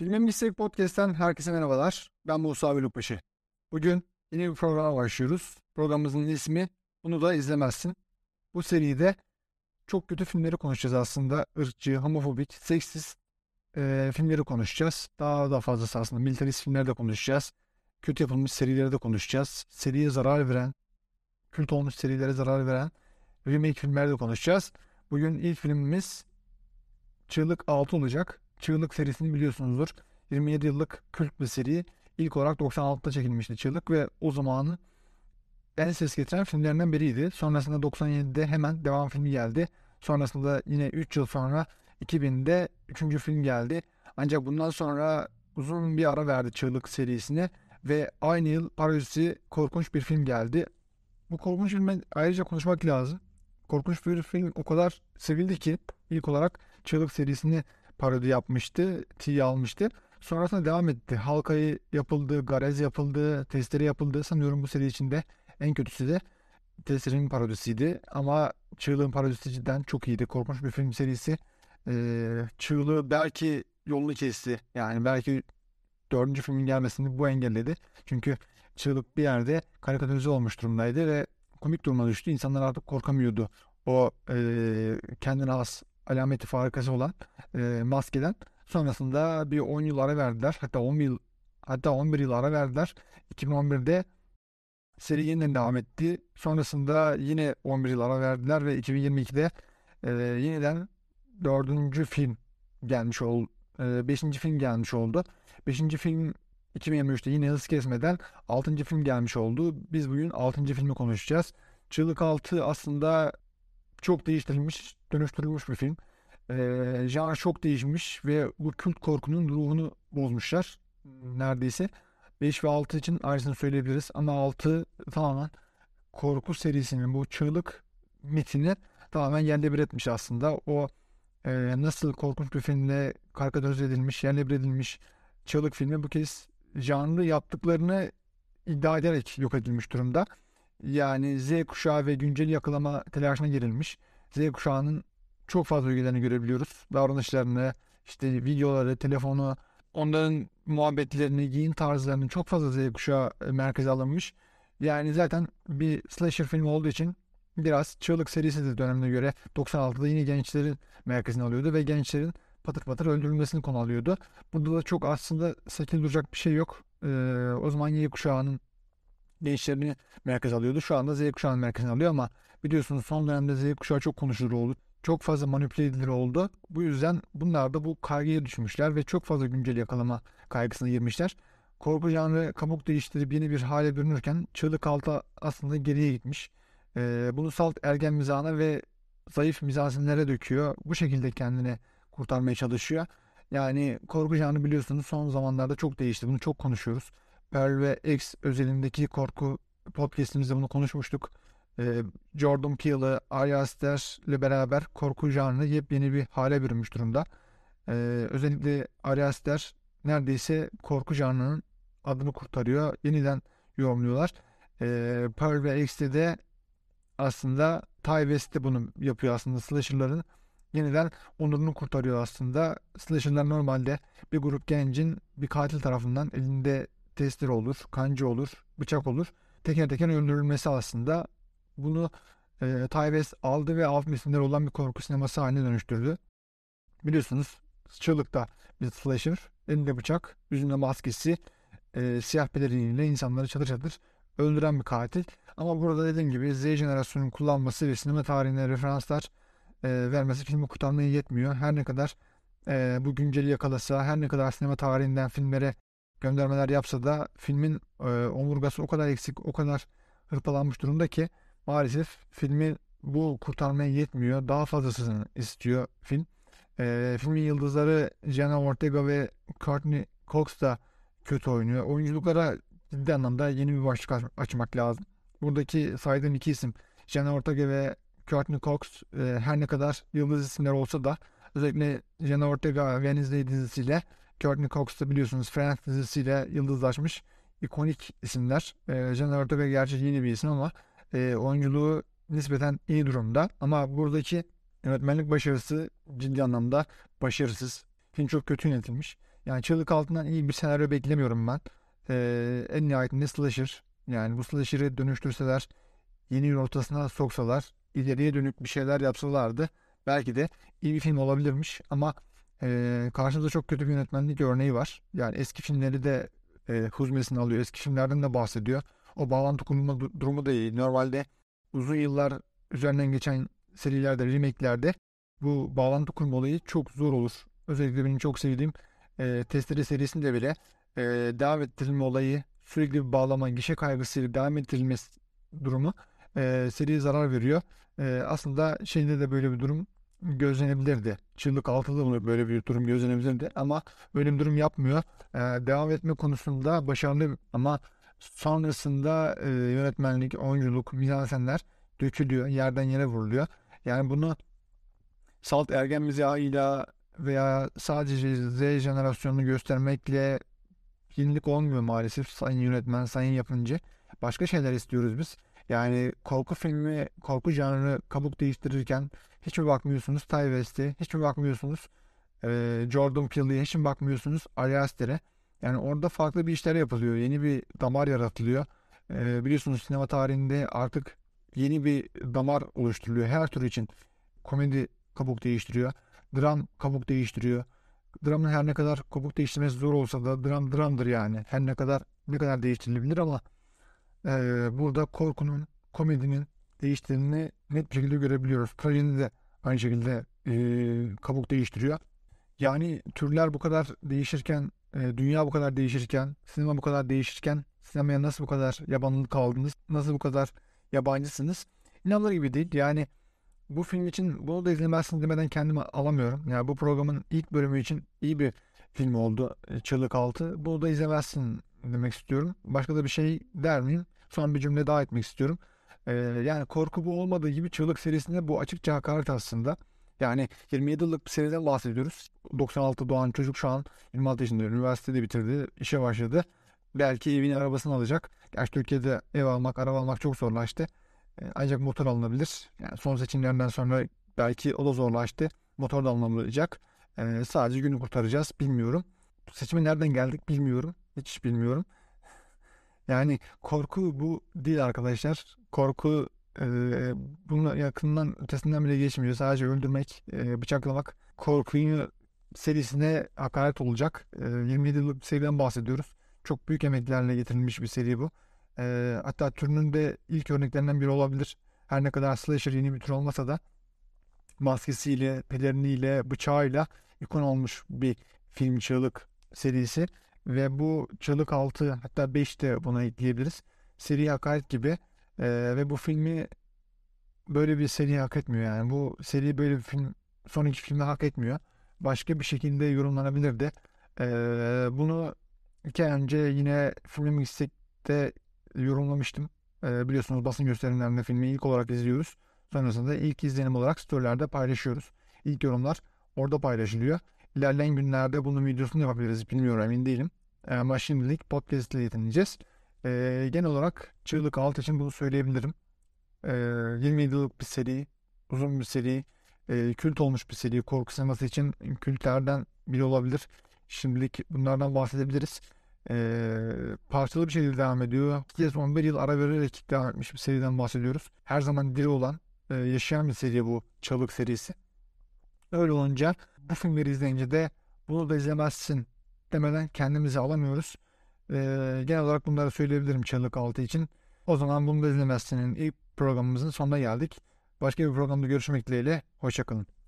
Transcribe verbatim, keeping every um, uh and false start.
Filmin Mistek Podcast'ten herkese merhabalar. Ben Musa Bölükbaşı. Bugün yeni bir programa başlıyoruz. Programımızın ismi Bunu da izlemezsin. Bu seride çok kötü filmleri konuşacağız aslında. Irkçı, homofobik, seksist e, filmleri konuşacağız. Daha da fazlası aslında militarist filmleri de konuşacağız. Kötü yapılmış serileri de konuşacağız. Seriye zarar veren, kült olmuş serilere zarar veren remake filmleri de konuşacağız. Bugün ilk filmimiz Çığlık altı olacak. Çığlık serisini biliyorsunuzdur. yirmi yedi yıllık kült bir seri. İlk olarak doksan altıda çekilmişti Çığlık ve o zamanın en ses getiren filmlerinden biriydi. Sonrasında doksan yedide hemen devam filmi geldi. Sonrasında yine üç yıl sonra iki binde üçüncü film geldi. Ancak bundan sonra uzun bir ara verdi Çığlık serisine ve aynı yıl parodisi korkunç bir film geldi. Bu korkunç filme ayrıca konuşmak lazım. Korkunç bir film o kadar sevildi ki ilk olarak Çığlık serisini parodi yapmıştı, tiye almıştı. Sonrasında devam etti. Halkayı yapıldı, Garez yapıldı, Testere yapıldı. Sanıyorum bu seri içinde en kötüsü de Testere'nin parodisiydi. Ama Çığlık'ın parodisi cidden çok iyiydi. Korkunç bir film serisi. Ee, Çığlık'ı belki yolunu kesti. Yani belki dördüncü filmin gelmesini bu engelledi. Çünkü Çığlık bir yerde karikatürize olmuş durumdaydı ve komik duruma düştü. İnsanlar artık korkamıyordu. O e, kendine has alameti farikası olan e, maskeden. Sonrasında bir on yıl ara verdiler. Hatta on yıl, hatta on bir yıl ara verdiler. iki bin on birde seri yeniden devam etti. Sonrasında yine on bir yıl ara verdiler ve iki bin yirmi ikide e, yeniden dördüncü film gelmiş oldu. E, beşinci film gelmiş oldu. Beşinci film iki bin yirmi üçte yine hız kesmeden altıncı film gelmiş oldu. Biz bugün altıncı filmi konuşacağız. Çığlık altı aslında çok değiştirilmiş, dönüştürülmüş bir film. Ee, Janr çok değişmiş ve bu kült korkunun ruhunu bozmuşlar neredeyse. beş ve altı için aynısını söyleyebiliriz ama altı tamamen korku serisinin bu çığlık mitini tamamen yerle bir etmiş aslında. O e, nasıl korkunç bir filmle karikatürize edilmiş, yerle bir edilmiş çığlık filmi bu kez janrı yaptıklarını iddia ederek yok edilmiş durumda. Yani Z kuşağı ve güncel yakalama telaşına girilmiş. Z kuşağının çok fazla ilgilerini görebiliyoruz. Davranışlarını, işte videoları, telefonu, onların muhabbetlerini, giyim tarzlarını çok fazla Z kuşağı e, merkeze alınmış. Yani zaten bir slasher film olduğu için biraz Çığlık serisi de dönemine göre doksan altıda yine gençlerin merkezine alıyordu ve gençlerin patır patır öldürülmesini konu alıyordu. Burada da çok aslında sakil duracak bir şey yok. Ee, o zaman Y kuşağının gençlerini merkez alıyordu. Şu anda Z kuşağının merkezine alıyor ama biliyorsunuz son dönemde Z kuşağı çok konuşulur oldu. Çok fazla manipüle edilir oldu. Bu yüzden bunlar da bu kaygıya düşmüşler ve çok fazla güncel yakalama kaygısına girmişler. Korku janrı kabuk değiştirip yeni bir hale bürünürken Çığlık Altı aslında geriye gitmiş. Ee, bunu salt ergen mizahına ve zayıf mizansınlere döküyor. Bu şekilde kendini kurtarmaya çalışıyor. Yani korku janrı biliyorsunuz son zamanlarda çok değişti. Bunu çok konuşuyoruz. Pearl ve X özelindeki korku podcastimizde bunu konuşmuştuk. Ee, Jordan Peele'ı, Ari Aster ile beraber korku janrı yepyeni bir hale bürünmüş durumda. Ee, özellikle Ari Aster neredeyse korku janrının adını kurtarıyor. Yeniden yorumluyorlar. Ee, Pearl ve X'te de aslında Ty West de bunu yapıyor aslında slasher'ların. Yeniden onurunu kurtarıyor aslında. Slasher'lar normalde bir grup gencin bir katil tarafından elinde testere olur, kancı olur, bıçak olur. Teker teker öldürülmesi aslında. Bunu e, Ty West aldı ve alt metinler olan bir korku sineması haline dönüştürdü. Biliyorsunuz Çığlık'ta bir slasher, elinde bıçak, yüzünde maskesi, e, siyah peleriniyle insanları çatır çatır öldüren bir katil. Ama burada dediğim gibi Z jenerasyonunun kullanması ve sinema tarihine referanslar e, vermesi filmi kurtarmaya yetmiyor. Her ne kadar e, bu günceli yakalasa, her ne kadar sinema tarihinden filmlere göndermeler yapsa da filmin e, omurgası o kadar eksik, o kadar hırpalanmış durumda ki maalesef filmi bu kurtarmaya yetmiyor. Daha fazlasını istiyor film. E, filmin yıldızları Jenna Ortega ve Courtney Cox da kötü oynuyor. Oyunculuklara ciddi anlamda yeni bir başlık aç- açmak lazım. Buradaki saydığım iki isim Jenna Ortega ve Courtney Cox e, her ne kadar yıldız isimler olsa da özellikle Jenna Ortega Wednesday dizisiyle Courtney Cox da biliyorsunuz Friends dizisiyle yıldızlaşmış ikonik isimler. E, Jenna Ortega gerçi yeni bir isim ama e, oyunculuğu nispeten iyi durumda. Ama buradaki yönetmenlik başarısı ciddi anlamda başarısız. Film çok kötü yönetilmiş. Yani Çığlık Altı'ndan iyi bir senaryo beklemiyorum ben. Ee, en nihayetinde slasher. Yani bu slasher'ı dönüştürseler, yeni yıl ortasına soksalar, ileriye dönük bir şeyler yapsalardı belki de iyi bir film olabilirmiş. Ama e, karşımızda çok kötü bir yönetmenlik örneği var. Yani eski filmleri de e, huzmesine alıyor. Eski filmlerden de bahsediyor. O bağlantı kurma du- durumu da iyi. Normalde uzun yıllar üzerinden geçen serilerde, remake'lerde bu bağlantı kurma olayı çok zor olur. Özellikle benim çok sevdiğim e, Testere serisinde bile e, devam ettirilme olayı, sürekli bir bağlama, gişe kaygısıyla devam ettirilmesi durumu e, seriye zarar veriyor. E, aslında şeyde de böyle bir durum gözlenebilirdi. Çığlık altıda mı böyle bir durum gözlenebilirdi ama böyle bir durum yapmıyor. E, devam etme konusunda başarılı ama sonrasında e, yönetmenlik, oyunculuk, mizansenler dökülüyor, yerden yere vuruluyor. Yani bunu salt ergen mizahıyla veya sadece Z jenerasyonunu göstermekle yenilik olmuyor maalesef sayın yönetmen, sayın yapımcı. Başka şeyler istiyoruz biz. Yani korku filmi, korku janrı kabuk değiştirirken hiç mi bakmıyorsunuz Ty West'e, hiç mi bakmıyorsunuz e, Jordan Peele'ye, hiç mi bakmıyorsunuz Ari Aster'e? Yani orada farklı bir işler yapılıyor. Yeni bir damar yaratılıyor. E, biliyorsunuz sinema tarihinde artık yeni bir damar oluşturuluyor. Her tür için komedi kabuk değiştiriyor. Dram kabuk değiştiriyor. Dramın her ne kadar kabuk değiştirmesi zor olsa da dram dramdır yani. Her ne kadar ne kadar değiştirilebilir ama eee, burada korkunun, komedinin değiştiğini net bir şekilde görebiliyoruz. Trajedi de aynı şekilde eee, kabuk değiştiriyor. Yani türler bu kadar değişirken, eee, dünya bu kadar değişirken, sinema bu kadar değişirken sinemaya nasıl bu kadar yabanılık kaldınız, nasıl bu kadar yabancısınız? İnanılır gibi değil. Yani bu film için bunu da izlemezsin demeden kendimi alamıyorum. Yani bu programın ilk bölümü için iyi bir film oldu. e, Çığlık Altı. Bunu da izlemezsin demek istiyorum. Başka da bir şey der miyim? Son bir cümle daha etmek istiyorum. Ee, yani korku bu olmadığı gibi Çığlık serisinde bu açıkça hakaret aslında. Yani yirmi yedi yıllık bir seriden bahsediyoruz. doksan altı doğan çocuk şu an yirmi altı yaşında, üniversitede bitirdi, işe başladı. Belki evini, arabasını alacak. Gerçi Türkiye'de ev almak, araba almak çok zorlaştı. E, Ancak motor alınabilir. Yani son seçimlerden sonra belki o da zorlaştı. Motor da alınamayacak. E, sadece günü kurtaracağız. Bilmiyorum. Seçime nereden geldik bilmiyorum. Hiç bilmiyorum. Yani korku bu değil arkadaşlar. Korku e, bunu yakından ötesinden bile geçmiyor. Sadece öldürmek, e, bıçaklamak. Korkuyu serisine hakaret olacak. E, yirmi yedi yıllık bir seriden bahsediyoruz. Çok büyük emeklerle getirilmiş bir seri bu. E, hatta türünün de ilk örneklerinden biri olabilir. Her ne kadar slasher yeni bir tür olmasa da maskesiyle, peleriniyle, bıçağıyla ikon olmuş bir film Çığlık serisi. Ve bu Çığlık altı hatta beş de buna ekleyebiliriz. Seri hakaret gibi. Ee, ve bu filmi böyle bir seri hak etmiyor yani. Bu seri böyle bir film son iki filmi hak etmiyor. Başka bir şekilde yorumlanabilirdi. Ee, bunu iki ay önce yine Film Istek'te yorumlamıştım. Ee, biliyorsunuz basın gösterimlerinde filmi ilk olarak izliyoruz. Sonrasında ilk izlenim olarak storylerde paylaşıyoruz. İlk yorumlar orada paylaşılıyor. İlerleyen günlerde bunun videosunu yapabiliriz. Bilmiyorum, emin değilim. Ee, Ama şimdilik podcast ile yetineceğiz. Ee, genel olarak Çığlık Altı için bunu söyleyebilirim. Ee, yirmi yedi yıllık bir seri, uzun bir seri, e, kült olmuş bir seri. Korku sineması için kültlerden biri olabilir. Şimdilik bunlardan bahsedebiliriz. Ee, parçalı bir şekilde devam ediyor. iki kez on bir yıl ara vererek devam etmiş bir seriden bahsediyoruz. Her zaman diri olan, e, yaşayan bir seri bu Çalık serisi. Öyle olunca bu filmleri izleyince de bunu da izlemezsin demeden kendimizi alamıyoruz. Ee, genel olarak bunları söyleyebilirim Çalık Altı için. O zaman bunu da izlemezsinin ilk programımızın sonuna geldik. Başka bir programda görüşmek dileğiyle. Hoşçakalın.